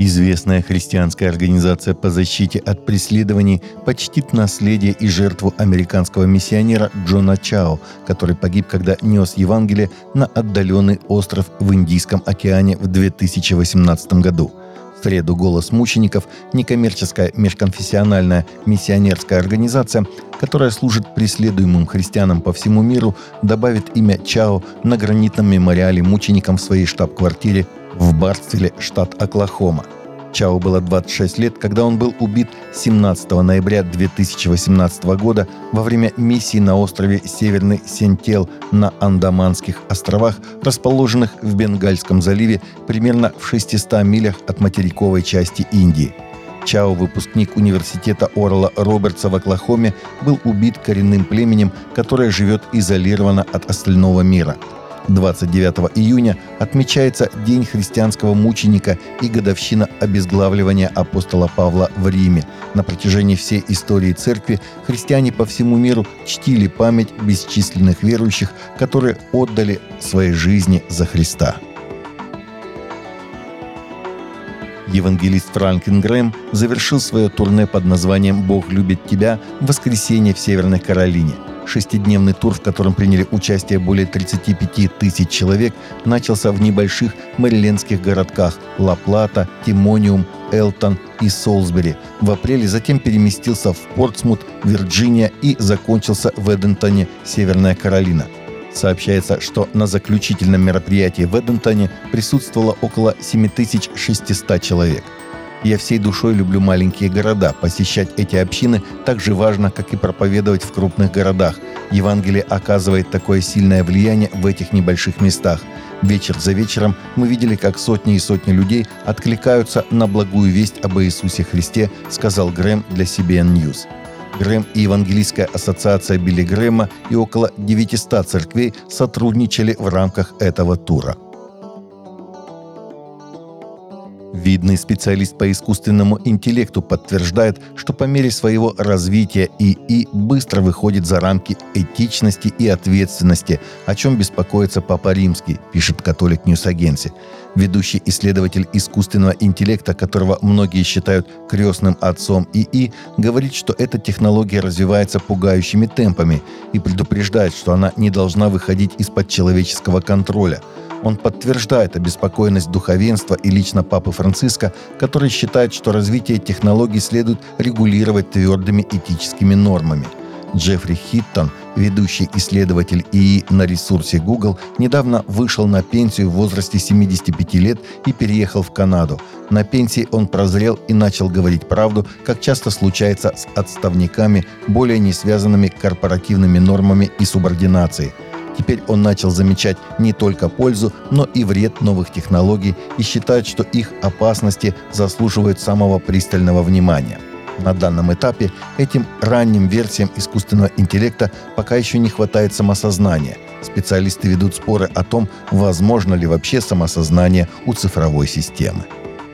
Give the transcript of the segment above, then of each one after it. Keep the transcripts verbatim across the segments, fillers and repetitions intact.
Известная христианская организация по защите от преследований почтит наследие и жертву американского миссионера Джона Чао, который погиб, когда нес Евангелие на отдаленный остров в Индийском океане в две тысячи восемнадцатом году. В среду «Голос мучеников» – некоммерческая межконфессиональная миссионерская организация, которая служит преследуемым христианам по всему миру, добавит имя Чао на гранитном мемориале мученикам в своей штаб-квартире в Бартсвилле, штат Оклахома. Чао было двадцать шесть лет, когда он был убит семнадцатого ноября две тысячи восемнадцатого года во время миссии на острове Северный Сентел на Андаманских островах, расположенных в Бенгальском заливе примерно в шестистах милях от материковой части Индии. Чао, выпускник университета Орла Робертса в Оклахоме, был убит коренным племенем, которое живет изолированно от остального мира. двадцать девятого июня отмечается День христианского мученика и годовщина обезглавливания апостола Павла в Риме. На протяжении всей истории церкви христиане по всему миру чтили память бесчисленных верующих, которые отдали свои жизни за Христа. Евангелист Франклин Грэм завершил свое турне под названием «Бог любит тебя» в воскресенье в Северной Каролине. Шестидневный тур, в котором приняли участие более тридцати пяти тысяч человек, начался в небольших мэрилендских городках Ла-Плата, Тимониум, Элтон и Солсбери. В апреле затем переместился в Портсмут, Вирджиния, и закончился в Эдентоне, Северная Каролина. Сообщается, что на заключительном мероприятии в Эдентоне присутствовало около семь тысяч шестьсот человек. Я всей душой люблю маленькие города. Посещать эти общины так же важно, как и проповедовать в крупных городах. Евангелие оказывает такое сильное влияние в этих небольших местах. Вечер за вечером мы видели, как сотни и сотни людей откликаются на благую весть об Иисусе Христе, сказал Грэм для си би эн News. Грэм и Евангелийская ассоциация Билли Грэма и около девятисот церквей сотрудничали в рамках этого тура. Видный специалист по искусственному интеллекту подтверждает, что по мере своего развития ИИ быстро выходит за рамки этичности и ответственности, о чем беспокоится Папа Римский, пишет Catholic News Agency. Ведущий исследователь искусственного интеллекта, которого многие считают крестным отцом ИИ, говорит, что эта технология развивается пугающими темпами и предупреждает, что она не должна выходить из-под человеческого контроля. Он подтверждает обеспокоенность духовенства и лично Папы Франциска, который считает, что развитие технологий следует регулировать твердыми этическими нормами. Джеффри Хиттон, ведущий исследователь ИИ на ресурсе Google, недавно вышел на пенсию в возрасте семидесяти пяти лет и переехал в Канаду. На пенсии он прозрел и начал говорить правду, как часто случается с отставниками, более не связанными корпоративными нормами и субординацией. Теперь он начал замечать не только пользу, но и вред новых технологий и считает, что их опасности заслуживают самого пристального внимания. На данном этапе этим ранним версиям искусственного интеллекта пока еще не хватает самосознания. Специалисты ведут споры о том, возможно ли вообще самосознание у цифровой системы.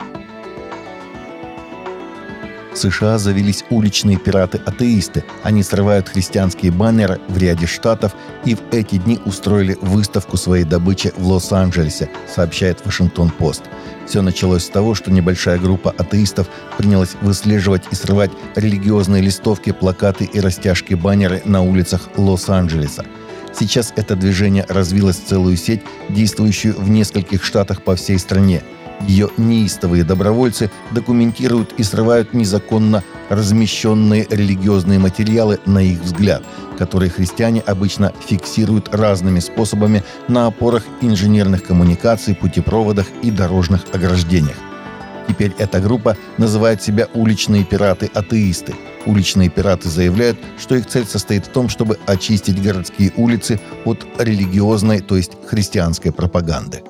В США завелись уличные пираты-атеисты. Они срывают христианские баннеры в ряде штатов и в эти дни устроили выставку своей добычи в Лос-Анджелесе, сообщает Вашингтон-Пост. Все началось с того, что небольшая группа атеистов принялась выслеживать и срывать религиозные листовки, плакаты и растяжки баннеры на улицах Лос-Анджелеса. Сейчас это движение развилось в целую сеть, действующую в нескольких штатах по всей стране. Ее неистовые добровольцы документируют и срывают незаконно размещенные религиозные материалы, на их взгляд, которые христиане обычно фиксируют разными способами на опорах инженерных коммуникаций, путепроводах и дорожных ограждениях. Теперь эта группа называет себя «уличные пираты-атеисты». Уличные пираты заявляют, что их цель состоит в том, чтобы очистить городские улицы от религиозной, то есть христианской пропаганды.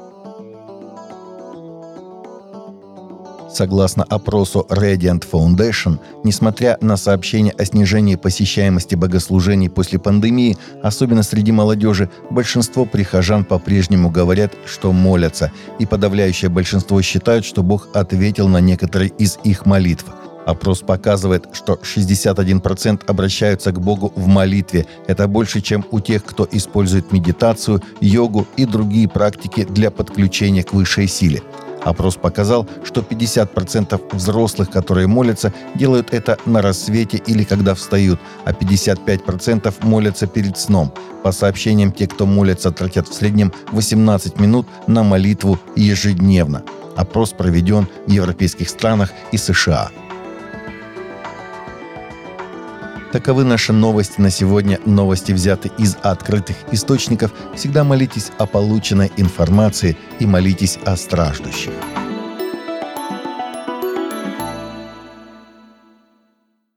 Согласно опросу Radiant Foundation, несмотря на сообщения о снижении посещаемости богослужений после пандемии, особенно среди молодежи, большинство прихожан по-прежнему говорят, что молятся, и подавляющее большинство считают, что Бог ответил на некоторые из их молитв. Опрос показывает, что шестьдесят один процент обращаются к Богу в молитве. Это больше, чем у тех, кто использует медитацию, йогу и другие практики для подключения к высшей силе. Опрос показал, что пятьдесят процентов взрослых, которые молятся, делают это на рассвете или когда встают, а пятьдесят пять процентов молятся перед сном. По сообщениям, те, кто молятся, тратят в среднем восемнадцать минут на молитву ежедневно. Опрос проведен в европейских странах и США. Таковы наши новости на сегодня. Новости взяты из открытых источников. Всегда молитесь о полученной информации и молитесь о страждущих.